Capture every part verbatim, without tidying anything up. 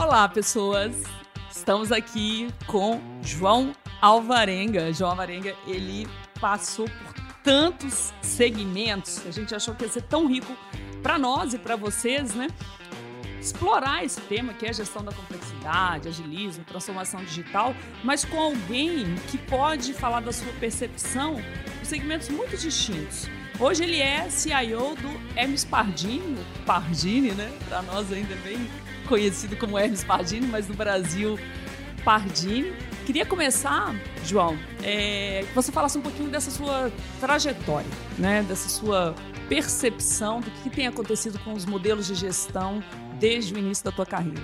Olá, pessoas! Estamos aqui com João Alvarenga. João Alvarenga, ele passou por tantos segmentos, a gente achou que ia ser tão rico para nós e para vocês, né? Explorar esse tema que é a gestão da complexidade, agilismo, transformação digital, mas com alguém que pode falar da sua percepção em segmentos muito distintos. Hoje ele é C I O do Hermes Pardini, Pardini, né? Para nós ainda é bem conhecido como Hermes Pardini, mas no Brasil, Pardini. Queria começar, João, é, que você falasse um pouquinho dessa sua trajetória, né? Dessa sua percepção do que tem acontecido com os modelos de gestão desde o início da tua carreira.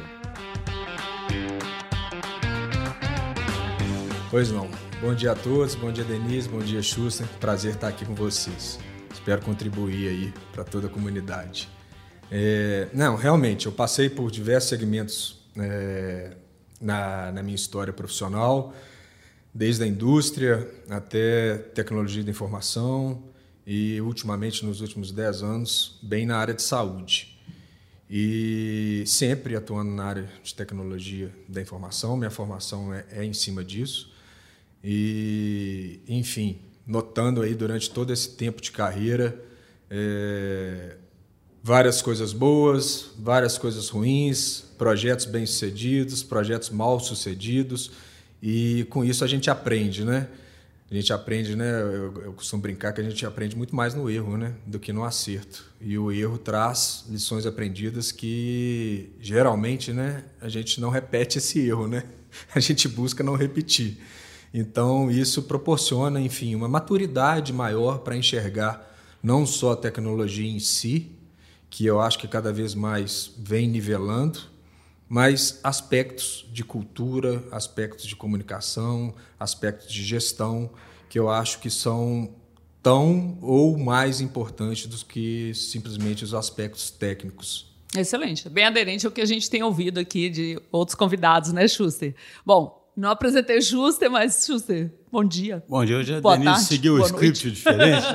Pois não. Bom dia a todos, bom dia Denise, bom dia Schuster. Prazer estar aqui com vocês. Espero contribuir aí para toda a comunidade. É, não, realmente, eu passei por diversos segmentos é, na, na minha história profissional, desde a indústria até tecnologia da informação e, ultimamente, nos últimos dez anos, bem na área de saúde. E sempre atuando na área de tecnologia da informação, minha formação é, é em cima disso. E, enfim, notando aí durante todo esse tempo de carreira é, várias coisas boas, várias coisas ruins, projetos bem-sucedidos, projetos mal-sucedidos, e com isso a gente aprende, né? A gente aprende, né? Eu, eu costumo brincar que a gente aprende muito mais no erro, né, do que no acerto. E o erro traz lições aprendidas que, geralmente, né, a gente não repete esse erro, né? A gente busca não repetir. Então, isso proporciona, enfim, uma maturidade maior para enxergar não só a tecnologia em si, que eu acho que cada vez mais vem nivelando, mas aspectos de cultura, aspectos de comunicação, aspectos de gestão, que eu acho que são tão ou mais importantes do que simplesmente os aspectos técnicos. Excelente, bem aderente ao que a gente tem ouvido aqui de outros convidados, né, Schuster? Bom, não apresentei Schuster, mas Schuster, bom dia. Bom dia, hoje a boa Denise tarde, seguiu o script noite. diferente.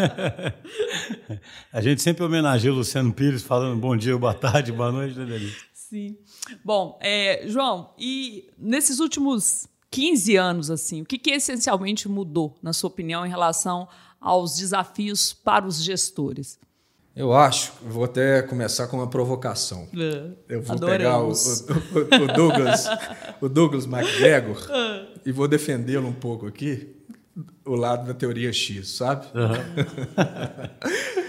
A gente sempre homenageia o Luciano Pires falando bom dia, boa tarde, boa noite, né, Denise? Sim. Bom, é, João, e nesses últimos quinze anos, assim, o que, que essencialmente mudou, na sua opinião, em relação aos desafios para os gestores? Eu acho, eu vou até começar com uma provocação. Uh, eu vou adoramos. pegar o, o, o, Douglas, o Douglas McGregor uh. e vou defendê-lo um pouco aqui, o lado da teoria X, sabe? Uhum.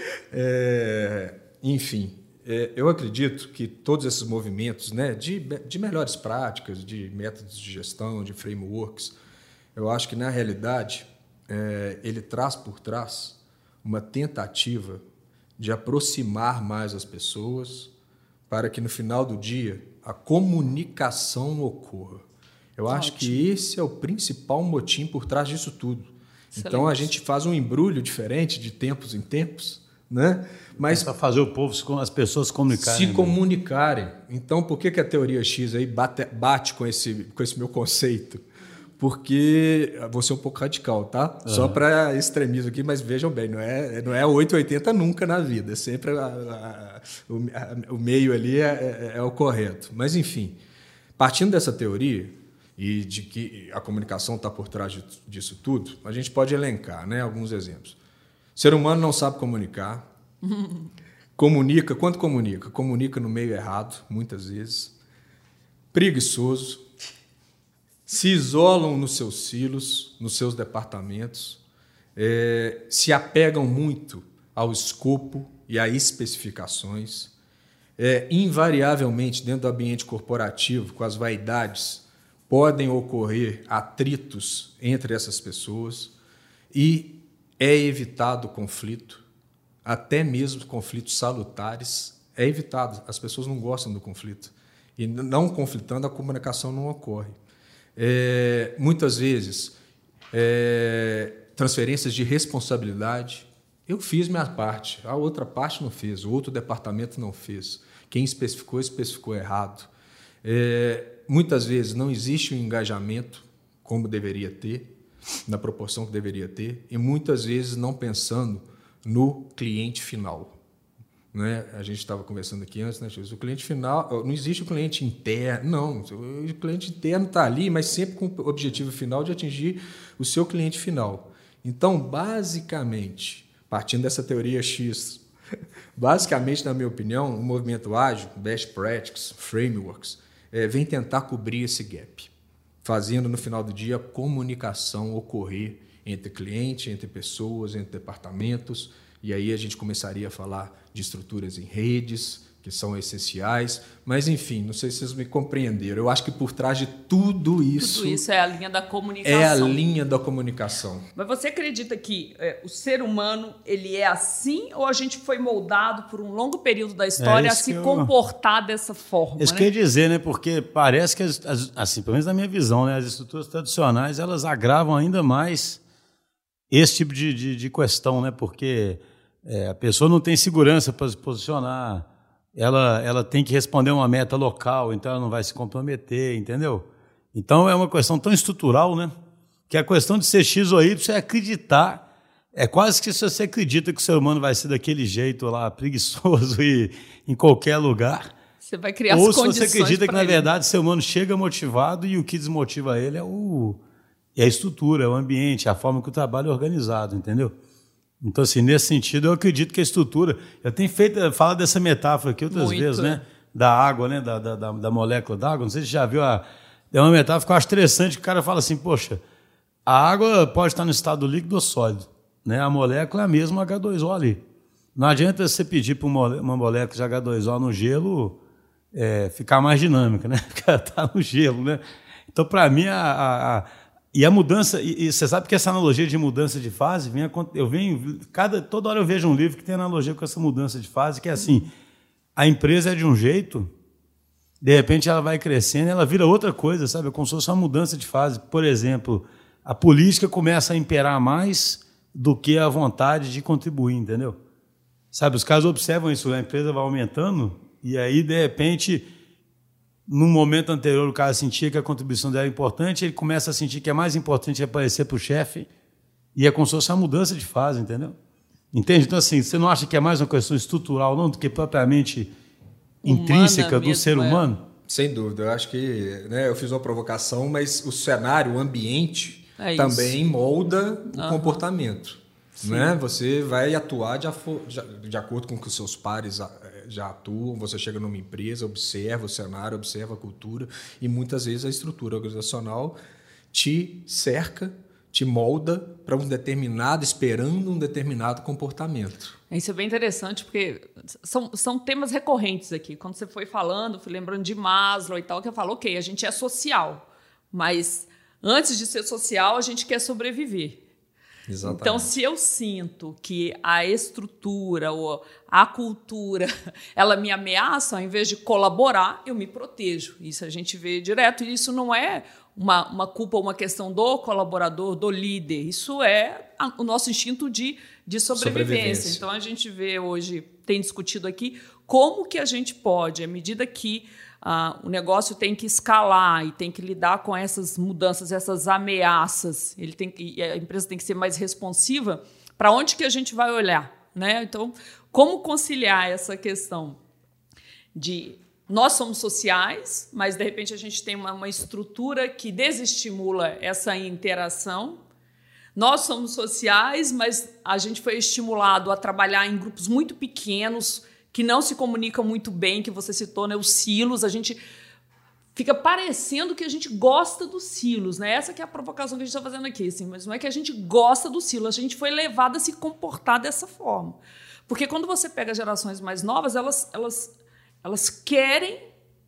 é, enfim, é, eu acredito que todos esses movimentos, né, de, de melhores práticas, de métodos de gestão, de frameworks, eu acho que, na realidade, é, ele traz por trás uma tentativa de aproximar mais as pessoas para que, no final do dia, a comunicação ocorra. Eu Ótimo. acho que esse é o principal motim por trás disso tudo. Excelente. Então, a gente faz um embrulho diferente de tempos em tempos, né? Mas para fazer o povo, as pessoas se comunicarem. Se comunicarem. Então, por que, que a teoria X aí bate, bate com, esse, com esse meu conceito? Porque vou ser um pouco radical, tá? Uhum. Só para extremismo aqui, mas vejam bem, não é, não é oito ou oitenta nunca na vida, é sempre a, a, o, a, o meio ali é, é, é o correto. Mas, enfim, partindo dessa teoria e de que a comunicação está por trás disso tudo, a gente pode elencar, né, alguns exemplos. O ser humano não sabe comunicar, comunica, quando comunica? Comunica no meio errado, muitas vezes, preguiçoso, se isolam nos seus silos, nos seus departamentos, é, se apegam muito ao escopo e a especificações, é, invariavelmente, dentro do ambiente corporativo, com as vaidades, podem ocorrer atritos entre essas pessoas e é evitado o conflito, até mesmo conflitos salutares, é evitado. As pessoas não gostam do conflito. E não conflitando, a comunicação não ocorre. É, muitas vezes, é, transferências de responsabilidade. Eu fiz minha parte, a outra parte não fez, o outro departamento não fez. Quem especificou, especificou errado. É, muitas vezes não existe um engajamento como deveria ter, na proporção que deveria ter, e muitas vezes não pensando no cliente final. né? A gente estava conversando aqui antes, né, Chus? O cliente final, não existe o cliente interno, não. O cliente interno está ali, mas sempre com o objetivo final de atingir o seu cliente final. Então, basicamente, partindo dessa teoria X, basicamente, na minha opinião, o movimento ágil, best practices, frameworks, é, vem tentar cobrir esse gap, fazendo no final do dia a comunicação ocorrer entre cliente, entre pessoas, entre departamentos. E aí a gente começaria a falar de estruturas em redes, que são essenciais. Mas, enfim, não sei se vocês me compreenderam. Eu acho que por trás de tudo isso... Tudo isso é a linha da comunicação. É a linha da comunicação. Mas você acredita que é, o ser humano ele é assim ou a gente foi moldado por um longo período da história é a se eu... comportar dessa forma? Isso né? quer dizer, né? Porque parece que, as, as, assim, pelo menos na minha visão, né, as estruturas tradicionais elas agravam ainda mais esse tipo de, de, de questão, né? Porque é, a pessoa não tem segurança para se posicionar, ela, ela tem que responder uma meta local, então ela não vai se comprometer, entendeu? Então é uma questão tão estrutural, né? Que a questão de ser X ou Y é acreditar. É quase que se você acredita que o ser humano vai ser daquele jeito lá, preguiçoso e em qualquer lugar. Você vai criar ou as se condições você acredita que, na ele. verdade, o ser humano chega motivado e o que desmotiva ele é, o, é a estrutura, é o ambiente, é a forma que o trabalho é organizado, entendeu? Então, assim, nesse sentido, eu acredito que a estrutura... Eu tenho feito, falado dessa metáfora aqui outras Muito. vezes, né? Da água, né? Da, da, da molécula d'água. Não sei se você já viu. A, é uma metáfora que eu acho interessante, que o cara fala assim, poxa, a água pode estar no estado líquido ou sólido, né? A molécula é a mesma agá dois ó ali. Não adianta você pedir para uma molécula de agá dois ó no gelo é, ficar mais dinâmica, né? Porque ela está no gelo, né? Então, para mim, a... a, a E a mudança, e, e você sabe que essa analogia de mudança de fase, vem, eu venho, cada, toda hora eu vejo um livro que tem analogia com essa mudança de fase, que é assim, a empresa é de um jeito, de repente ela vai crescendo, ela vira outra coisa, sabe? Como se fosse uma mudança de fase. Por exemplo, a política começa a imperar mais do que a vontade de contribuir, entendeu? Sabe, os caras observam isso, a empresa vai aumentando, e aí, de repente... No momento anterior, o cara sentia que a contribuição dela era importante, ele começa a sentir que é mais importante aparecer para o chefe, e é como se fosse uma mudança de fase, entendeu? Entende? Então, assim, você não acha que é mais uma questão estrutural, não, do que propriamente humana, intrínseca do ser humano? É. Sem dúvida. Eu acho que, né, eu fiz uma provocação, mas o cenário, o ambiente, é também molda o uhum. comportamento. Né? Você vai atuar de, de, de acordo com o que os seus pares já atuam, você chega numa empresa, observa o cenário, observa a cultura e muitas vezes a estrutura organizacional te cerca, te molda para um determinado, esperando um determinado comportamento. Isso é bem interessante porque são, são temas recorrentes aqui. Quando você foi falando, fui lembrando de Maslow e tal, que eu falo, ok, a gente é social, mas antes de ser social, a gente quer sobreviver. Exatamente. Então, se eu sinto que a estrutura ou a cultura ela me ameaça, ao invés de colaborar, eu me protejo. Isso a gente vê direto. E isso não é uma, uma culpa ou uma questão do colaborador, do líder. Isso é a, o nosso instinto de, de sobrevivência. sobrevivência. Então, a gente vê hoje, tem discutido aqui, como que a gente pode, à medida que Uh, o negócio tem que escalar e tem que lidar com essas mudanças, essas ameaças. Ele tem que, a empresa tem que ser mais responsiva. Para onde que a gente vai olhar? Né? Então, como conciliar essa questão de nós somos sociais, mas, de repente, a gente tem uma, uma estrutura que desestimula essa interação. Nós somos sociais, mas a gente foi estimulado a trabalhar em grupos muito pequenos, que não se comunicam muito bem, que você citou, né? Os silos, a gente fica parecendo que a gente gosta dos silos, né? Essa que é a provocação que a gente está fazendo aqui, assim, mas não é que a gente gosta do silo, a gente foi levado a se comportar dessa forma. Porque quando você pega gerações mais novas, elas, elas, elas querem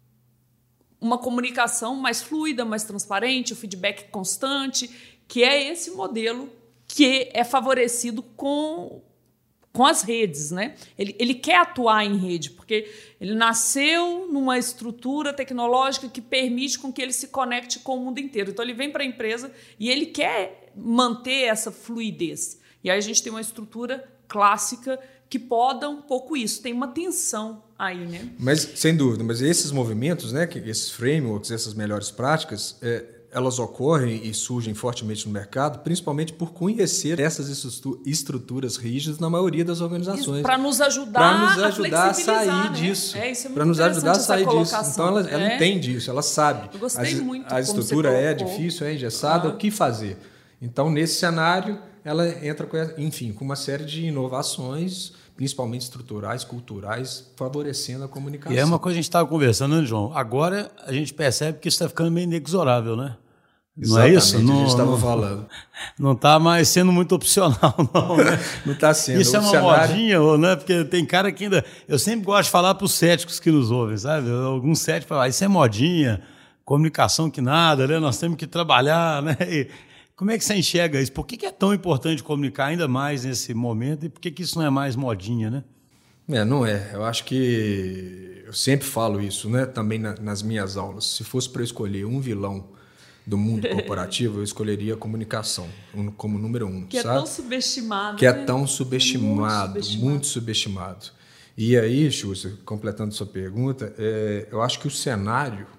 uma comunicação mais fluida, mais transparente, o feedback constante, que é esse modelo que é favorecido com... com as redes, né? Ele, ele quer atuar em rede, porque ele nasceu numa estrutura tecnológica que permite com que ele se conecte com o mundo inteiro. Então, ele vem para a empresa e ele quer manter essa fluidez. E aí a gente tem uma estrutura clássica que poda um pouco isso. Tem uma tensão aí, né? Mas, sem dúvida, mas esses movimentos, né, que esses frameworks, essas melhores práticas, é, elas ocorrem e surgem fortemente no mercado, principalmente por conhecer essas estruturas rígidas na maioria das organizações. Para nos ajudar, pra nos ajudar a, a sair né? disso. É, isso é para nos ajudar a sair disso. Então ela, ela é. entende isso, ela sabe. Eu gostei a, muito. A estrutura é difícil, é engessada, ah. o que fazer? Então, nesse cenário, ela entra com, enfim, com uma série de inovações, principalmente estruturais, culturais, favorecendo a comunicação. E é uma coisa que a gente estava conversando, né, João? Agora a gente percebe que isso está ficando meio inexorável, né? Não Exatamente, é isso? Não, a gente estava falando. Não está mais sendo muito opcional, não. Né? Não está sendo. Isso é uma cenário... modinha, ou, né? Porque tem cara que ainda... Eu sempre gosto de falar para os céticos que nos ouvem, sabe? Alguns céticos falam, ah, isso é modinha, comunicação que nada, né? Nós temos que trabalhar, né? E como é que você enxerga isso? Por que é tão importante comunicar ainda mais nesse momento e por que isso não é mais modinha, né? É, não é. Eu acho que... Eu sempre falo isso, né? Também na, nas minhas aulas. Se fosse para eu escolher um vilão do mundo corporativo, eu escolheria a comunicação como número um. Que sabe? é tão subestimado. Que é né? tão subestimado, muito subestimado. Muito subestimado. E aí, Xuxa, completando sua pergunta, é, eu acho que o cenário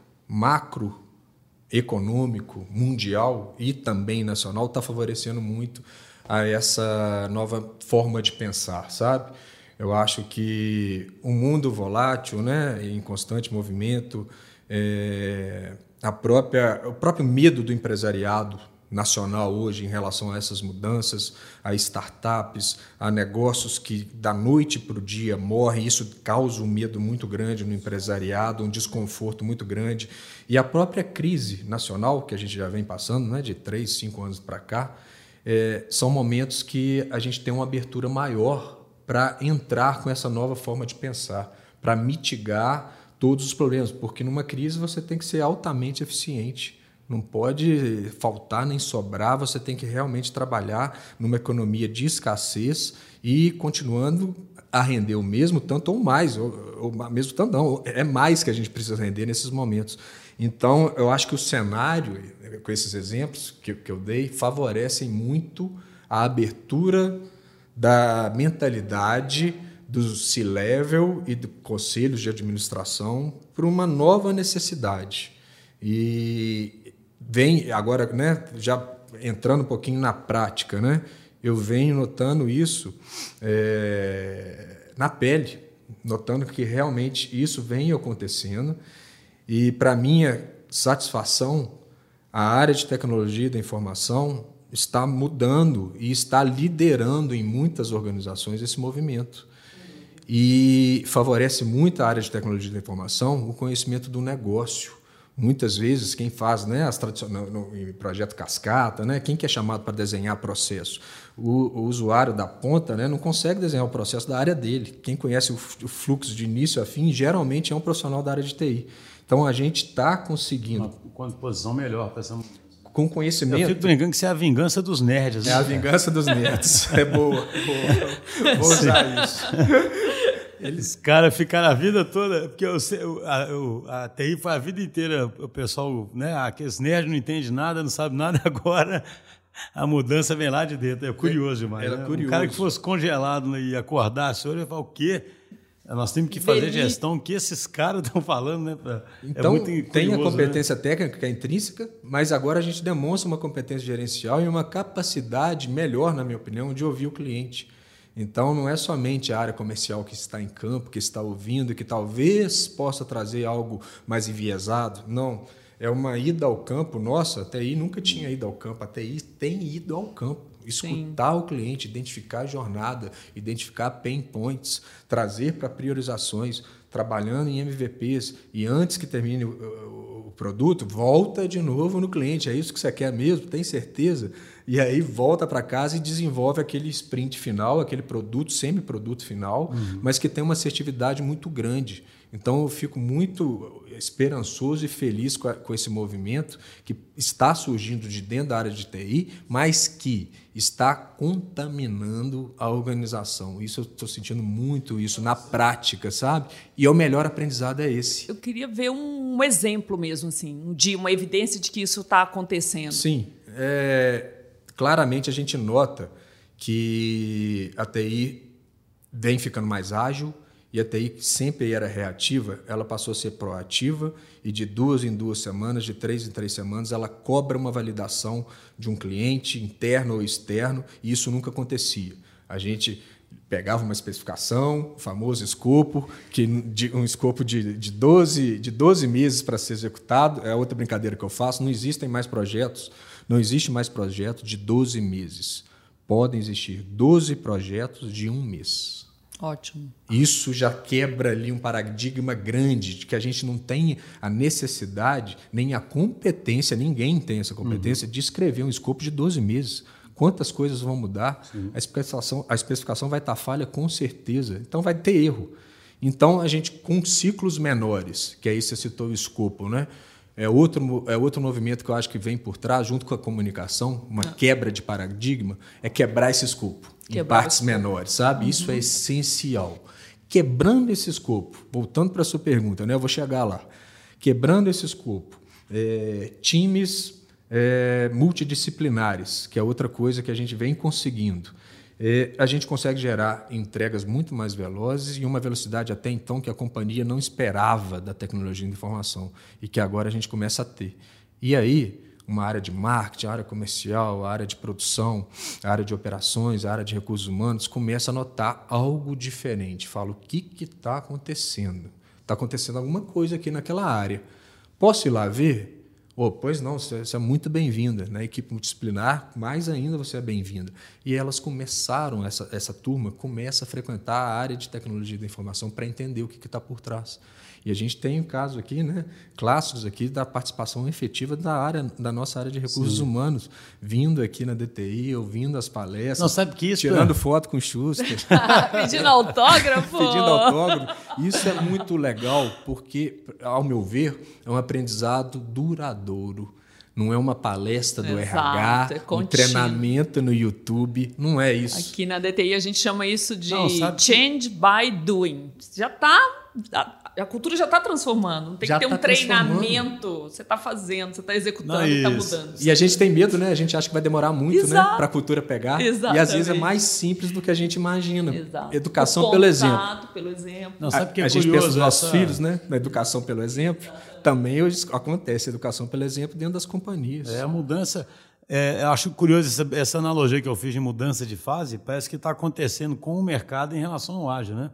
macroeconômico, mundial e também nacional está favorecendo muito a essa nova forma de pensar, sabe? Eu acho que o mundo volátil, né, em constante movimento, é, a própria, o próprio medo do empresariado nacional hoje em relação a essas mudanças, a startups, a negócios que da noite para o dia morrem, isso causa um medo muito grande no empresariado, um desconforto muito grande. E a própria crise nacional, que a gente já vem passando, né, de três, cinco anos para cá, é, são momentos que a gente tem uma abertura maior para entrar com essa nova forma de pensar, para mitigar todos os problemas, porque numa crise você tem que ser altamente eficiente, não pode faltar nem sobrar, você tem que realmente trabalhar numa economia de escassez e continuando a render o mesmo tanto ou mais, ou, ou mesmo tanto não, é mais que a gente precisa render nesses momentos. Então, eu acho que o cenário, com esses exemplos que, que eu dei, favorecem muito a abertura da mentalidade do C-Level e do conselhos de administração para uma nova necessidade. E vem agora, né, já entrando um pouquinho na prática, né, eu venho notando isso é, na pele, notando que realmente isso vem acontecendo. E, para minha satisfação, a área de tecnologia da informação está mudando e está liderando em muitas organizações esse movimento. E favorece muito a área de tecnologia da informação o conhecimento do negócio. Muitas vezes, quem faz, né, as tradicionais, no, no projeto Cascata, né, quem que é chamado para desenhar processo? O, o usuário da ponta, né, não consegue desenhar o processo da área dele. Quem conhece o, o fluxo de início a fim, geralmente é um profissional da área de T I. Então, a gente está conseguindo... Uma posição melhor para essa... Com conhecimento... Eu fico brincando que isso é a vingança dos nerds. É a vingança dos nerds. É boa, boa. Vou usar isso. Eles, cara, ficaram a vida toda... Porque eu, a, a T I foi a vida inteira, o pessoal, né? Aqueles nerds não entendem nada, não sabem nada, agora a mudança vem lá de dentro. É curioso demais. Era né? curioso. Um cara que fosse congelado e acordasse, olha e falar, o quê? Nós temos que fazer Delícia. Gestão, que esses caras estão falando, né? Então, é muito tem a competência, né? técnica, que é intrínseca, mas agora a gente demonstra uma competência gerencial e uma capacidade melhor, na minha opinião, de ouvir o cliente. Então, não é somente a área comercial que está em campo, que está ouvindo, que talvez possa trazer algo mais enviesado. Não, é uma ida ao campo. Nossa, a T I nunca tinha ido ao campo, a T I tem ido ao campo. Escutar Sim. o cliente, identificar a jornada, identificar pain points, trazer para priorizações, trabalhando em M V Ps e antes que termine o, o, o produto, volta de novo no cliente. É isso que você quer mesmo? Tem certeza? E aí volta para casa e desenvolve aquele sprint final, aquele produto, semi-produto final, uhum. mas que tem uma assertividade muito grande. Então, eu fico muito esperançoso e feliz com, a, com esse movimento que está surgindo de dentro da área de T I, mas que está contaminando a organização. Isso eu estou sentindo muito isso na prática, sabe? E o melhor aprendizado é esse. Eu queria ver um, um exemplo mesmo, assim, de uma evidência de que isso está acontecendo. Sim. É, claramente, a gente nota que a T I vem ficando mais ágil, e e a T I sempre era reativa, ela passou a ser proativa e de duas em duas semanas, de três em três semanas, ela cobra uma validação de um cliente interno ou externo, e isso nunca acontecia. A gente pegava uma especificação, o famoso escopo, que de, um escopo de, de, doze, de doze meses para ser executado, é outra brincadeira que eu faço, não existem mais projetos, não existe mais projeto de doze meses. Podem existir doze projetos de um mês. Ótimo. Isso já quebra ali um paradigma grande de que a gente não tem a necessidade, nem a competência, ninguém tem essa competência uhum. de escrever um escopo de doze meses. Quantas coisas vão mudar? A especificação, a especificação vai estar falha com certeza. Então vai ter erro. Então a gente, com ciclos menores, que aí você citou o escopo, né? É outro, é outro movimento que eu acho que vem por trás, junto com a comunicação, uma ah. quebra de paradigma, é quebrar esse escopo quebrar em partes menores, sabe? Uhum. Isso é essencial. Quebrando esse escopo, voltando para a sua pergunta, né? Eu vou chegar lá. Quebrando esse escopo, é, times é, multidisciplinares, que é outra coisa que a gente vem conseguindo. É, a gente consegue gerar entregas muito mais velozes e uma velocidade até então que a companhia não esperava da tecnologia de informação e que agora a gente começa a ter. E aí, uma área de marketing, a área comercial, a área de produção, a área de operações, a área de recursos humanos começa a notar algo diferente. Fala, o que está acontecendo? Está acontecendo alguma coisa aqui naquela área. Posso ir lá ver? Oh, pois não, você é muito bem-vinda. Na equipe multidisciplinar, mais ainda você é bem-vinda. E elas começaram, essa, essa turma começa a frequentar a área de tecnologia da informação para entender o que está por trás. E a gente tem um caso aqui, né, clássicos aqui da participação efetiva da, área, da nossa área de recursos Sim. humanos, vindo aqui na D T I, ouvindo as palestras, não, sabe que isso, tirando é? foto com o Schuster. Pedindo autógrafo. Pedindo autógrafo. Isso é muito legal, porque, ao meu ver, é um aprendizado duradouro. Não é uma palestra do Exato, R H, é um treinamento no YouTube, não é isso. Aqui na D T I a gente chama isso de não, change by doing. Já está... A cultura já está transformando, não tem já que ter tá um treinamento. Você está fazendo, você está executando e está mudando. E a gente tem medo, né? A gente acha que vai demorar muito, né, para a cultura pegar. Exatamente. E às vezes é mais simples do que a gente imagina. Exato. Educação o pelo exemplo. pelo exemplo. Não, sabe que é a, a curioso, gente pensa nos nossos essa... filhos, né? Na educação pelo exemplo. Exatamente. Também acontece educação pelo exemplo dentro das companhias. É a mudança. É, eu acho curioso essa, essa analogia que eu fiz de mudança de fase. Parece que está acontecendo com o mercado em relação ao ágil, né?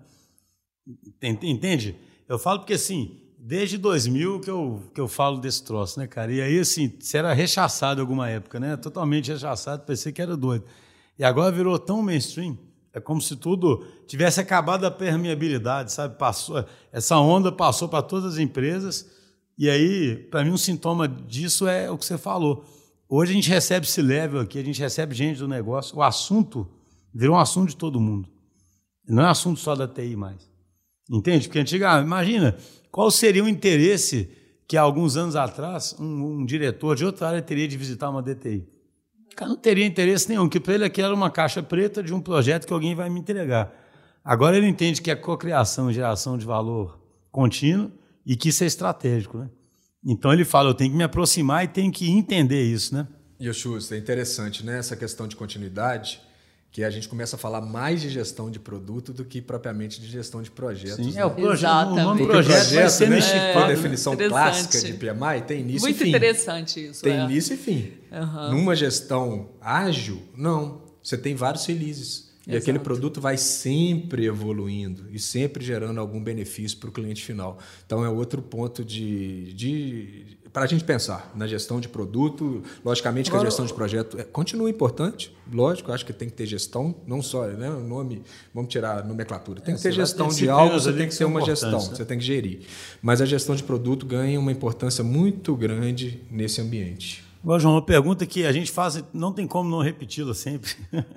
Entende? Eu falo porque, assim, desde dois mil que eu, que eu falo desse troço, né, cara? E aí, assim, você era rechaçado em alguma época, né? Totalmente rechaçado, pensei que era doido. E agora virou tão mainstream, é como se tudo tivesse acabado a permeabilidade, sabe? Passou, essa onda passou para todas as empresas. E aí, para mim, um sintoma disso é o que você falou. Hoje a gente recebe esse level aqui, a gente recebe gente do negócio. O assunto virou um assunto de todo mundo. Não é assunto só da T I mais. Entende? Porque antigamente, imagina, qual seria o interesse que há alguns anos atrás um, um diretor de outra área teria de visitar uma D T I? O cara não teria interesse nenhum, que para ele aqui era uma caixa preta de um projeto que alguém vai me entregar. Agora ele entende que é cocriação e geração de valor contínuo e que isso é estratégico, né? Então ele fala, eu tenho que me aproximar e tenho que entender isso, né? E o Schuster, é interessante, né? Essa questão de continuidade, que a gente começa a falar mais de gestão de produto do que propriamente de gestão de projetos. Sim, né? é o projeto, Exatamente. o nome do projeto, projeto vai ser né? mexicano. A definição clássica de P M I tem início Muito e fim. Muito interessante isso. Tem é. início e fim. Uhum. Numa gestão ágil, não. Você tem vários releases. E Exato. aquele produto vai sempre evoluindo e sempre gerando algum benefício para o cliente final. Então, é outro ponto de, de para a gente pensar na gestão de produto. Logicamente que Agora, a gestão de projeto é, continua importante, lógico, acho que tem que ter gestão, não só né, o nome, vamos tirar a nomenclatura, tem é, que ter gestão de algo, você tem que ter uma gestão, né? Você tem que gerir. Mas a gestão de produto ganha uma importância muito grande nesse ambiente. Agora, João, uma pergunta que a gente faz, não tem como não repeti-la sempre,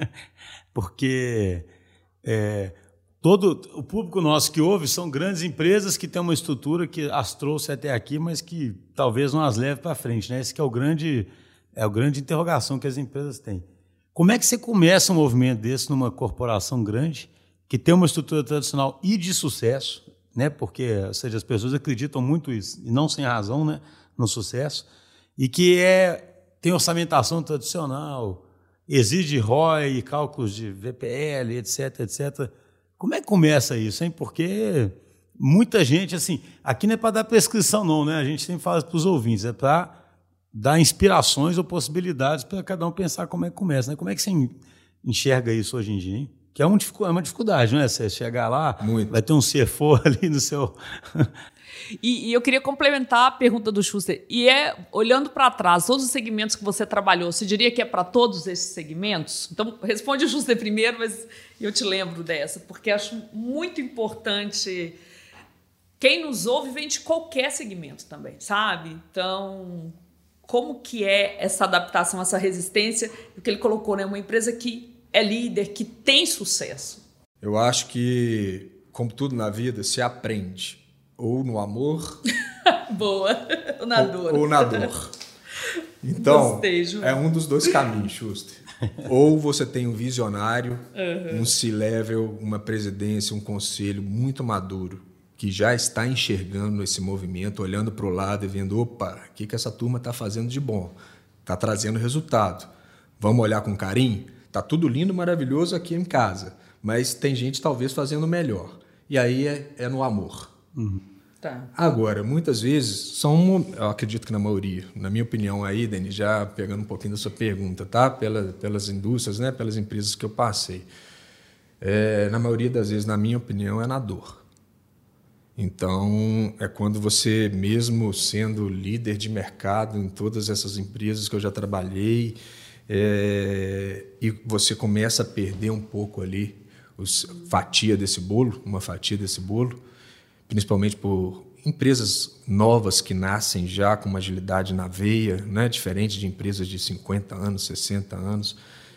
porque é, todo o público nosso que ouve são grandes empresas que têm uma estrutura que as trouxe até aqui, mas que talvez não as leve para frente, né? Esse que é o grande, é a grande interrogação que as empresas têm. Como é que você começa um movimento desse numa corporação grande, que tem uma estrutura tradicional e de sucesso, né? Porque, ou seja, as pessoas acreditam muito isso, e não sem razão, né? No sucesso, e que é, tem orçamentação tradicional, exige R O I, cálculos de V P L, etc, etcétera. Como é que começa isso, hein? Porque muita gente, assim, aqui não é para dar prescrição, não, né? A gente sempre fala para os ouvintes, é para dar inspirações ou possibilidades para cada um pensar como é que começa, né? Como é que você enxerga isso hoje em dia, hein? Que é uma dificuldade, não é? Você chegar lá, Muito. Vai ter um C F O ali no seu... E, e eu queria complementar a pergunta do Schuster. E é, olhando para trás, todos os segmentos que você trabalhou, você diria que é para todos esses segmentos? Então, responde o Schuster primeiro, mas eu te lembro dessa, porque acho muito importante. Quem nos ouve vem de qualquer segmento também, sabe? Então, como que é essa adaptação, essa resistência? O que ele colocou, né? Uma empresa que é líder, que tem sucesso. Eu acho que, como tudo na vida, se aprende. Ou no amor. Boa. Ou na dor. Ou, ou na dor. Então, Gostei, é um dos dois caminhos, Schuster. Ou você tem um visionário, uhum. um C-level, uma presidência, um conselho muito maduro, que já está enxergando esse movimento, olhando para o lado e vendo, opa, o que, que essa turma está fazendo de bom? Está trazendo resultado. Vamos olhar com carinho? Está tudo lindo, maravilhoso aqui em casa, mas tem gente talvez fazendo melhor. E aí é, é no amor. Uhum. Tá. Agora, muitas vezes, são, eu acredito que na maioria, na minha opinião aí, Denis, já pegando um pouquinho da sua pergunta, tá? Pela, pelas indústrias, né? Pelas empresas que eu passei. É, na maioria das vezes, na minha opinião, é na dor. Então, é quando você, mesmo sendo líder de mercado em todas essas empresas que eu já trabalhei, é, e você começa a perder um pouco ali os, fatia desse bolo, uma fatia desse bolo, principalmente por empresas novas que nascem já com uma agilidade na veia, né? Diferente de empresas de cinquenta anos, sessenta anos,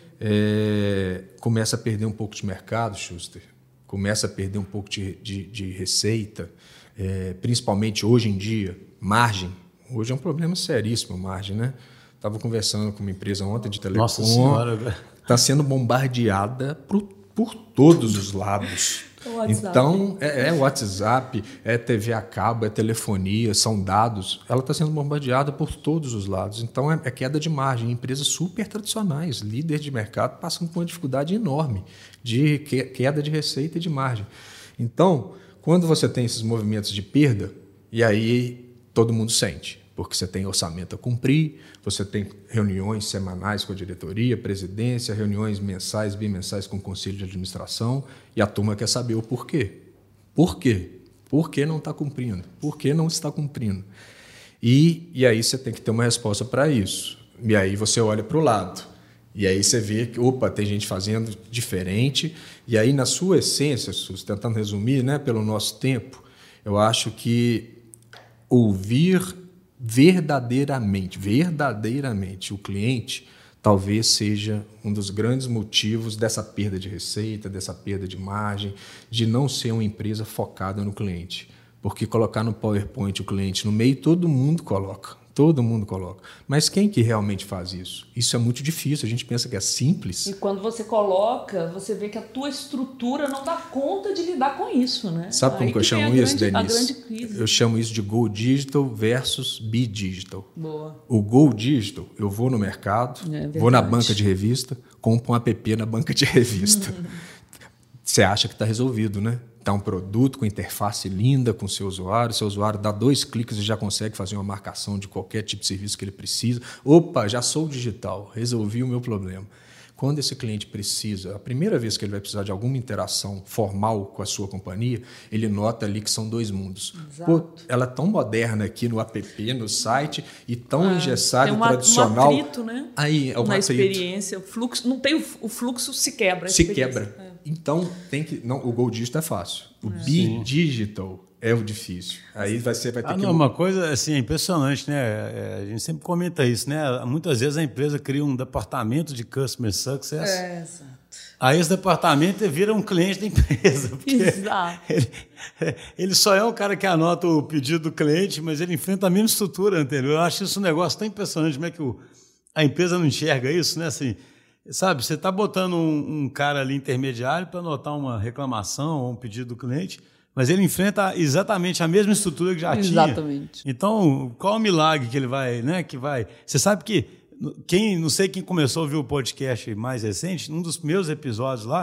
é, começa a perder um pouco de mercado, Schuster, começa a perder um pouco de, de, de receita, é, principalmente hoje em dia, margem. Hoje é um problema seríssimo, margem, né? Estava conversando com uma empresa ontem de telecom, Nossa Senhora, está sendo bombardeada por, por todos os lados. Então, é, é WhatsApp, é T V a cabo, é telefonia, são dados. Ela está sendo bombardeada por todos os lados. Então, é, é queda de margem. Empresas super tradicionais, líderes de mercado, passando por uma dificuldade enorme de que, queda de receita e de margem. Então, quando você tem esses movimentos de perda, e aí todo mundo sente, porque você tem orçamento a cumprir, você tem reuniões semanais com a diretoria, presidência, reuniões mensais, bimensais com o conselho de administração, e a turma quer saber o porquê. Por quê? Por que não está cumprindo? Por que não está cumprindo? E, e aí você tem que ter uma resposta para isso. E aí você olha para o lado. E aí você vê que, opa, tem gente fazendo diferente. E aí, na sua essência, tentando resumir, né, pelo nosso tempo, eu acho que ouvir verdadeiramente, verdadeiramente o cliente talvez seja um dos grandes motivos dessa perda de receita, dessa perda de margem, de não ser uma empresa focada no cliente. Porque colocar no PowerPoint o cliente no meio, todo mundo coloca. Todo mundo coloca. Mas quem que realmente faz isso? Isso é muito difícil. A gente pensa que é simples. E quando você coloca, você vê que a tua estrutura não dá conta de lidar com isso, né? Sabe como Aí que eu que chamo vem a isso, grande, Denise? a grande crise. Eu chamo isso de Go Digital versus Be Digital. Boa. O Go Digital, eu vou no mercado, É vou na banca de revista, compro um app na banca de revista. Você acha que está resolvido, né? Está um produto com interface linda com o seu usuário, seu usuário dá dois cliques e já consegue fazer uma marcação de qualquer tipo de serviço que ele precisa. Opa, já sou digital, resolvi o meu problema. Quando esse cliente precisa, a primeira vez que ele vai precisar de alguma interação formal com a sua companhia, ele nota ali que são dois mundos. Pô, ela é tão moderna aqui no app, no site, e tão ah, engessada e tradicional. Um atrito, né? Aí, é um Na atrito. experiência, o fluxo, não tem o, o fluxo se quebra. Se quebra. É. Então, tem que, não, o Go Digital é fácil. O é. Be Digital é o difícil. Aí você vai ter ah, que... Não, uma coisa assim, é impressionante, né? É, a gente sempre comenta isso, né? Muitas vezes a empresa cria um departamento de Customer Success. É, exato. Aí esse departamento vira um cliente da empresa. Exato. Ele, ele só é o cara que anota o pedido do cliente, mas ele enfrenta a mesma estrutura, entendeu? Eu acho isso um negócio tão impressionante, como é que o, a empresa não enxerga isso, né? Assim, sabe, você está botando um, um cara ali intermediário para anotar uma reclamação ou um pedido do cliente, mas ele enfrenta exatamente a mesma estrutura que já exatamente. tinha. Exatamente. Então, qual é o milagre que ele vai, né? Que vai. Você sabe que quem, não sei quem começou a ouvir o podcast mais recente, num dos meus episódios lá,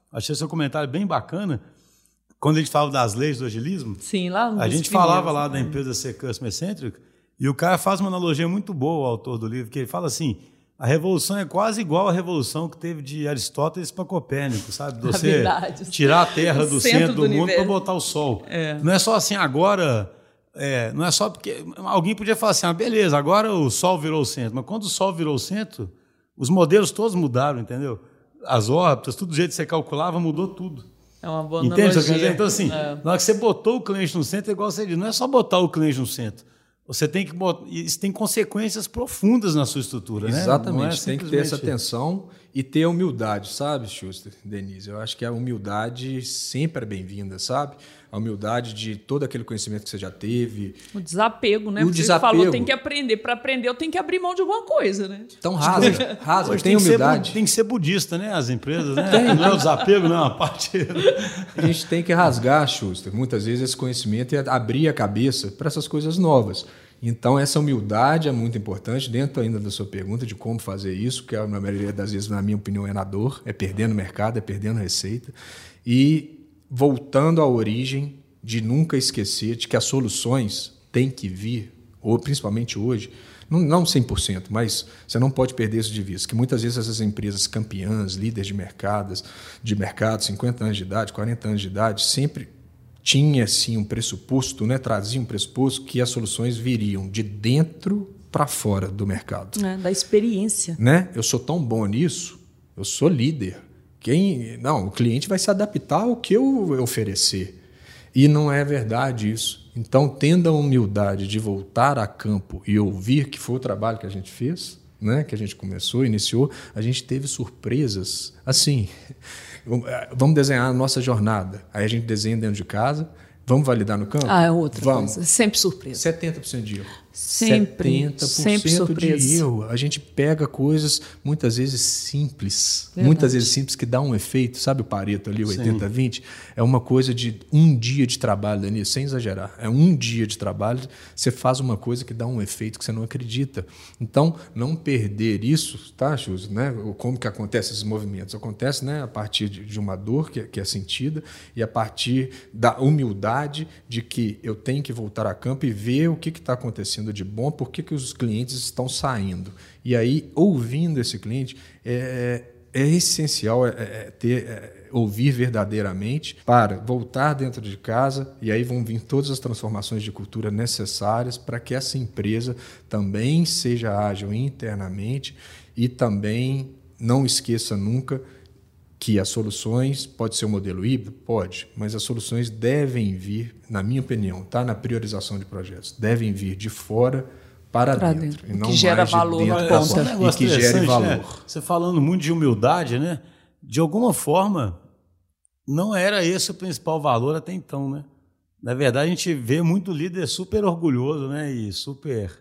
Achei seu comentário bem bacana. Quando a gente fala das leis do agilismo, Sim, lá a gente falava lá da empresa ser customer centric, e o cara faz uma analogia muito boa, o autor do livro, que ele fala assim, a revolução é quase igual à revolução que teve de Aristóteles para Copérnico, sabe? Você verdade. tirar a Terra do centro, centro do, do mundo para botar o Sol. É. Não é só assim, agora... É, não é só porque... Alguém podia falar assim, ah, beleza, agora o Sol virou o centro. Mas quando o Sol virou o centro, os modelos todos mudaram, entendeu? As órbitas, tudo do jeito que você calculava, mudou tudo. É uma boa Entende? analogia. Então, assim, é. na hora que você botou o cliente no centro, é igual você diz, não é só botar o cliente no centro. Você tem que botar, isso tem consequências profundas na sua estrutura, né? Exatamente, é tem que ter essa atenção e ter humildade, sabe, Schuster, Denise? Eu acho que a humildade sempre é bem-vinda, sabe? A humildade de todo aquele conhecimento que você já teve. O desapego, né? O Porque desapego. Você falou, tem que aprender. Para aprender, eu tenho que abrir mão de alguma coisa, né? Então, rasga, rasga, tem, tem humildade. Ser, tem que ser budista, né? As empresas, né? Tem. Não é o desapego, não, a parte... A gente tem que rasgar, Schuster, muitas vezes esse conhecimento e abrir a cabeça para essas coisas novas. Então, essa humildade é muito importante, dentro ainda da sua pergunta de como fazer isso, que na maioria das vezes, na minha opinião, é na dor, é perdendo mercado, é perdendo receita. E voltando à origem de nunca esquecer de que as soluções têm que vir, ou principalmente hoje, não cem por cento, mas você não pode perder isso de vista, que muitas vezes essas empresas campeãs, líderes de mercados, de mercado, cinquenta anos de idade, quarenta anos de idade, sempre tinha assim um pressuposto, né, trazia um pressuposto que as soluções viriam de dentro para fora do mercado. É, da experiência. Né? Eu sou tão bom nisso, eu sou líder. Quem, não, o cliente vai se adaptar ao que eu oferecer. E não é verdade isso. Então, tendo a humildade de voltar a campo e ouvir, que foi o trabalho que a gente fez, né, que a gente começou, iniciou, a gente teve surpresas. Assim, vamos desenhar a nossa jornada. Aí a gente desenha dentro de casa, vamos validar no campo? Ah, é outra vamos. coisa. Sempre surpresa. setenta por cento de erro. Sempre, setenta por cento sempre surpresa. de erro. A gente pega coisas muitas vezes simples, Verdade. muitas vezes simples que dá um efeito, sabe o Pareto ali, o oitenta vinte? É uma coisa de um dia de trabalho, Danilo, sem exagerar. É um dia de trabalho, você faz uma coisa que dá um efeito que você não acredita. Então, não perder isso, tá, Chus? Né? Como que acontece esses movimentos? Acontece, né, a partir de, de uma dor que, que é sentida e a partir da humildade de que eu tenho que voltar a campo e ver o que está acontecendo de bom, por que, que os clientes estão saindo. E aí, ouvindo esse cliente, é, é essencial é, é ter, é, ouvir verdadeiramente para voltar dentro de casa, e aí vão vir todas as transformações de cultura necessárias para que essa empresa também seja ágil internamente e também não esqueça nunca que as soluções, pode ser um modelo híbrido? Pode, mas as soluções devem vir, na minha opinião, tá, na priorização de projetos, devem vir de fora para dentro, dentro. E não que gera mais valor de na ponta. ponta. E que gere valor. Né? Você falando muito de humildade, né? De alguma forma, não era esse o principal valor até então, né? Na verdade, a gente vê muito líder super orgulhoso, né? E super...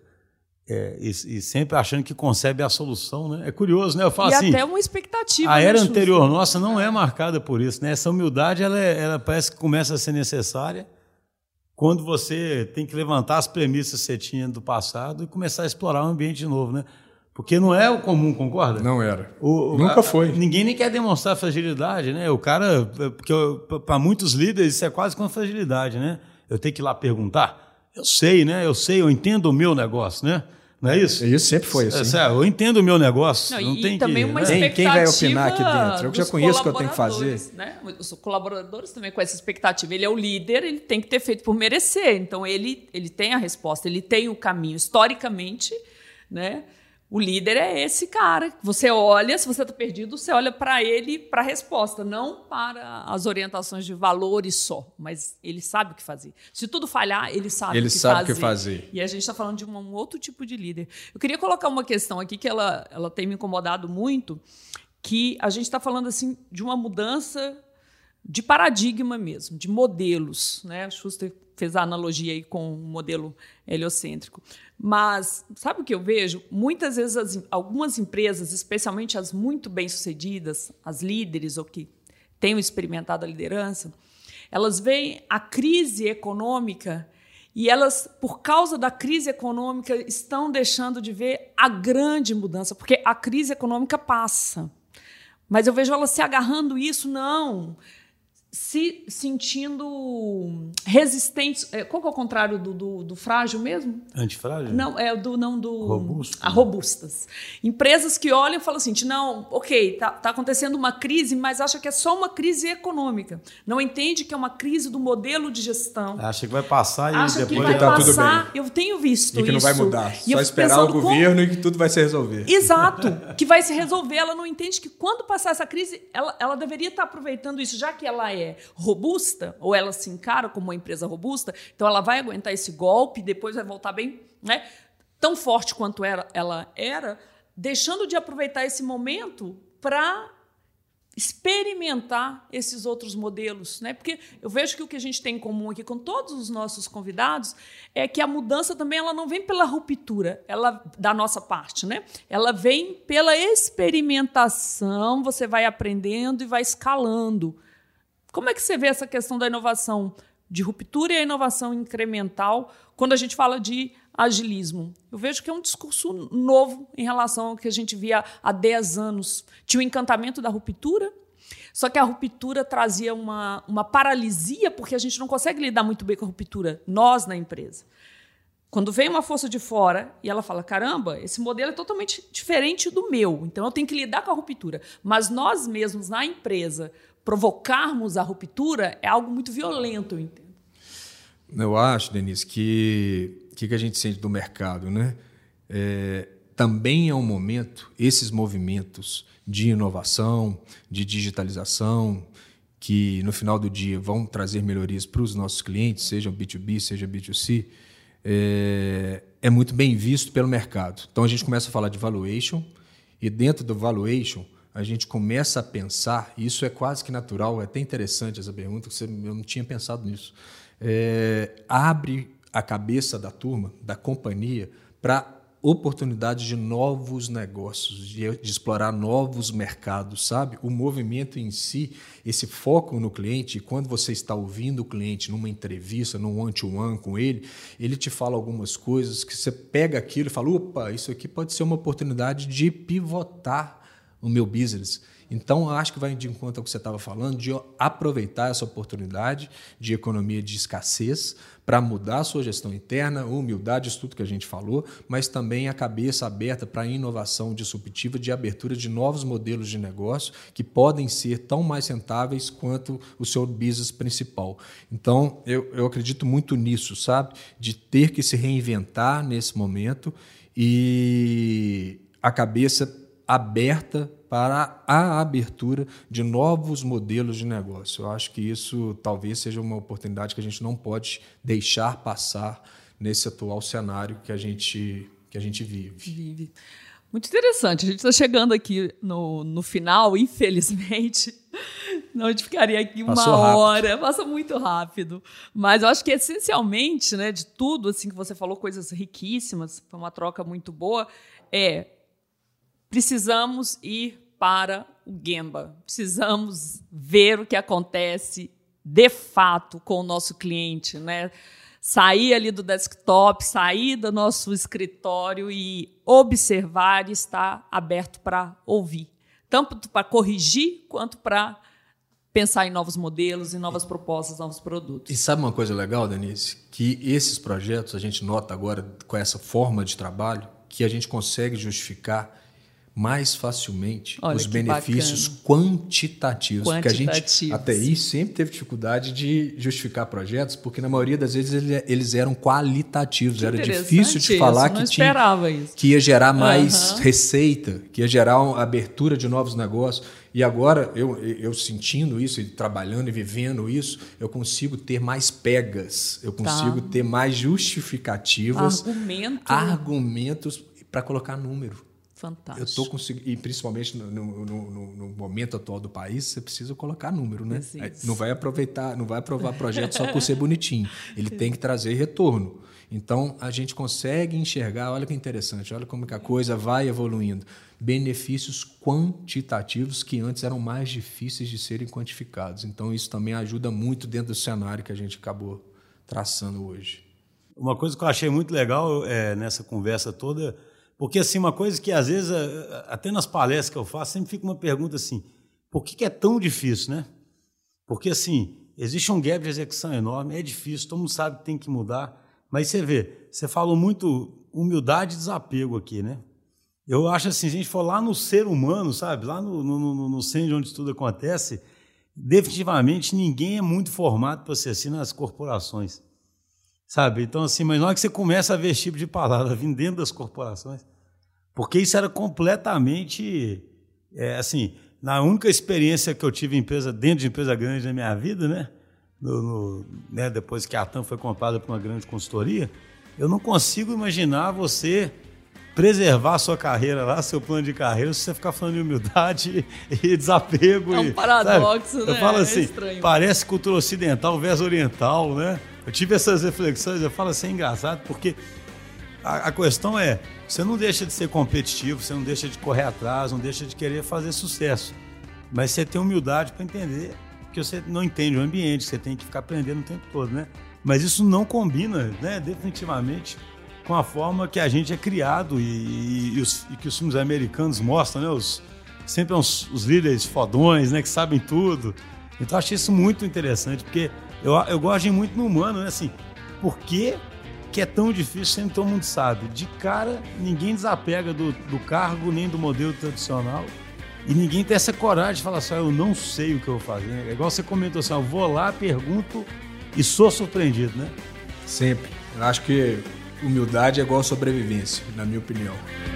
É, e, e sempre achando que concebe a solução, né? É curioso, né? Eu falo e assim, até uma expectativa. A era né, anterior nossa não é marcada por isso, né? Essa humildade, ela, é, ela parece que começa a ser necessária quando você tem que levantar as premissas que você tinha do passado e começar a explorar o ambiente de novo, né? Porque não é o comum, concorda? Não era. O, Nunca a, foi. Ninguém nem quer demonstrar fragilidade, né? O cara, porque para muitos líderes isso é quase como fragilidade, né? Eu tenho que ir lá perguntar. Eu sei, né? Eu sei, eu entendo o meu negócio, né? Não é isso? Isso sempre foi assim. É, sério, eu entendo o meu negócio. Não, não e tem também que, uma né? Quem vai opinar aqui dentro? Eu já conheço o que eu tenho que fazer. Né? Os colaboradores também com essa expectativa. Ele é o líder, ele tem que ter feito por merecer. Então, ele, ele tem a resposta, ele tem o caminho. Historicamente, né? O líder é esse cara. Você olha, se você está perdido, você olha para ele, para a resposta, não para as orientações de valores só. Mas ele sabe o que fazer. Se tudo falhar, ele sabe ele o que sabe fazer. que fazer. E a gente está falando de um, um outro tipo de líder. Eu queria colocar uma questão aqui que ela, ela tem me incomodado muito, que a gente está falando assim, de uma mudança de paradigma mesmo, de modelos. Né? O Schuster fez a analogia aí com o modelo heliocêntrico. Mas sabe o que eu vejo? Muitas vezes as, algumas empresas, especialmente as muito bem-sucedidas, as líderes ou que tenham experimentado a liderança, elas veem a crise econômica e elas, por causa da crise econômica, estão deixando de ver a grande mudança, porque a crise econômica passa. Mas eu vejo ela se agarrando isso, não, se sentindo resistentes. Qual que é o contrário do, do, do frágil mesmo? Antifrágil? Não, é do não do robusto. A robustas. Empresas que olham e falam assim, não, ok, tá, tá acontecendo uma crise, mas acha que é só uma crise econômica. Não entende que é uma crise do modelo de gestão. Acha que vai passar e acha depois que vai tá passar. tudo bem. Eu tenho visto isso. E que não vai mudar. E só esperar o governo como... e que tudo vai se resolver. Exato. Que vai se resolver. Ela não entende que quando passar essa crise, ela, ela deveria estar aproveitando isso, já que ela é robusta, ou ela se encara como uma empresa robusta, então ela vai aguentar esse golpe, depois vai voltar bem, né? Tão forte quanto era, ela era, deixando de aproveitar esse momento para experimentar esses outros modelos, né? Porque eu vejo que o que a gente tem em comum aqui com todos os nossos convidados é que a mudança também ela não vem pela ruptura, ela da nossa parte, né? Ela vem pela experimentação, você vai aprendendo e vai escalando. Como é que você vê essa questão da inovação de ruptura e a inovação incremental quando a gente fala de agilismo? Eu vejo que é um discurso novo em relação ao que a gente via há dez anos. Tinha o encantamento da ruptura, só que a ruptura trazia uma, uma paralisia, porque a gente não consegue lidar muito bem com a ruptura, nós na empresa. Quando vem uma força de fora e ela fala, caramba, esse modelo é totalmente diferente do meu, então eu tenho que lidar com a ruptura. Mas nós mesmos, na empresa, provocarmos a ruptura é algo muito violento, eu entendo. Eu acho, Denise, que o que, que a gente sente do mercado, né? É, também é um momento, esses movimentos de inovação, de digitalização, que no final do dia vão trazer melhorias para os nossos clientes, seja B dois B, seja B dois C, é, é muito bem visto pelo mercado. Então a gente começa a falar de valuation e dentro do valuation a gente começa a pensar, e isso é quase que natural, é até interessante essa pergunta, que você, eu não tinha pensado nisso, é, abre a cabeça da turma, da companhia, para oportunidades de novos negócios, de, de explorar novos mercados, sabe? O movimento em si, esse foco no cliente, quando você está ouvindo o cliente numa entrevista, num one-to-one com ele, ele te fala algumas coisas que você pega aquilo e fala, opa, isso aqui pode ser uma oportunidade de pivotar o meu business. Então, acho que vai de encontro ao que você estava falando, de aproveitar essa oportunidade de economia de escassez para mudar a sua gestão interna, humildade, isso tudo que a gente falou, mas também a cabeça aberta para a inovação disruptiva, de abertura de novos modelos de negócio que podem ser tão mais rentáveis quanto o seu business principal. Então, eu, eu acredito muito nisso, sabe? De ter que se reinventar nesse momento e a cabeça aberta para a abertura de novos modelos de negócio. Eu acho que isso talvez seja uma oportunidade que a gente não pode deixar passar nesse atual cenário que a gente, que a gente vive. vive. Muito interessante. A gente está chegando aqui no, no final, infelizmente. Não, a gente ficaria aqui uma Passou hora. rápido. Passa muito rápido. Mas eu acho que, essencialmente, né, de tudo assim que você falou, coisas riquíssimas, foi uma troca muito boa, é precisamos ir para o Gemba. Precisamos ver o que acontece de fato com o nosso cliente, né? Sair ali do desktop, sair do nosso escritório e observar e estar aberto para ouvir. Tanto para corrigir, quanto para pensar em novos modelos, em novas propostas, novos produtos. E sabe uma coisa legal, Denise? Que esses projetos, a gente nota agora com essa forma de trabalho, que a gente consegue justificar mais facilmente Olha, os benefícios bacana. quantitativos. Porque a Quantitativos. gente, até aí, sempre teve dificuldade de justificar projetos, porque na maioria das vezes eles eram qualitativos. Que Era difícil de falar isso, que, não tinha, esperava isso. que ia gerar mais Uhum. receita, que ia gerar uma abertura de novos negócios. E agora, eu, eu sentindo isso, e trabalhando e vivendo isso, eu consigo ter mais pegas, eu consigo Tá. ter mais justificativas, Argumento. argumentos para colocar número. Fantástico. Eu estou conseguindo, e principalmente no, no, no, no momento atual do país, você precisa colocar número, né? Precisa. Não vai aproveitar, não vai aprovar projeto só por ser bonitinho. Ele tem que trazer retorno. Então, a gente consegue enxergar, olha que interessante, olha como que a coisa vai evoluindo. Benefícios quantitativos que antes eram mais difíceis de serem quantificados. Então, isso também ajuda muito dentro do cenário que a gente acabou traçando hoje. Uma coisa que eu achei muito legal é, nessa conversa toda, porque assim, uma coisa que às vezes, até nas palestras que eu faço, sempre fica uma pergunta assim, por que, que é tão difícil, né? Porque, assim, existe um gap de execução enorme, é difícil, todo mundo sabe que tem que mudar, mas você vê, você falou muito humildade e desapego aqui, né? Eu acho assim, se a gente for lá no ser humano, sabe, lá no, no, no, no centro onde tudo acontece, definitivamente ninguém é muito formado para ser assim nas corporações, sabe? Então, assim, mas na hora que você começa a ver esse tipo de palavra vindo dentro das corporações, porque isso era completamente, é, assim, na única experiência que eu tive em empresa, dentro de empresa grande na minha vida, né? No, no, né? Depois que a TAM foi comprada por uma grande consultoria, eu não consigo imaginar você preservar a sua carreira lá, seu plano de carreira, se você ficar falando de humildade e desapego. É um e, paradoxo, sabe? né? Eu falo É assim, estranho. Parece cultura ocidental versus oriental, né? Eu tive essas reflexões, eu falo assim, é engraçado, porque a, a questão é, você não deixa de ser competitivo, você não deixa de correr atrás, não deixa de querer fazer sucesso, mas você tem humildade para entender que você não entende o ambiente, você tem que ficar aprendendo o tempo todo, né? Mas isso não combina, né, definitivamente, com a forma que a gente é criado e, e, e, os, e que os filmes americanos mostram, né? Os, sempre os, os líderes fodões, né? Que sabem tudo. Então, eu achei isso muito interessante, porque eu, eu gosto de ir muito no humano, né? Assim, por que, que é tão difícil, sempre todo mundo sabe? De cara, ninguém desapega do, do cargo nem do modelo tradicional e ninguém tem essa coragem de falar assim, eu não sei o que eu vou fazer. É igual você comentou assim, eu vou lá, pergunto e sou surpreendido, né? Sempre. Eu acho que humildade é igual sobrevivência, na minha opinião.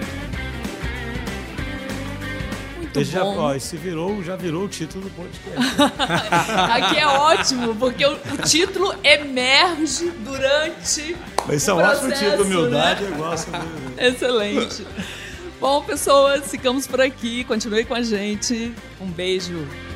Muito Esse, já, bom. ó, esse virou, já virou o título do podcast. Aqui é ótimo, porque o, o título emerge durante Mas isso é o um ótimo processo, título, humildade né? é igual a sobrevivência. Excelente. Bom, pessoas, ficamos por aqui. Continue com a gente. Um beijo.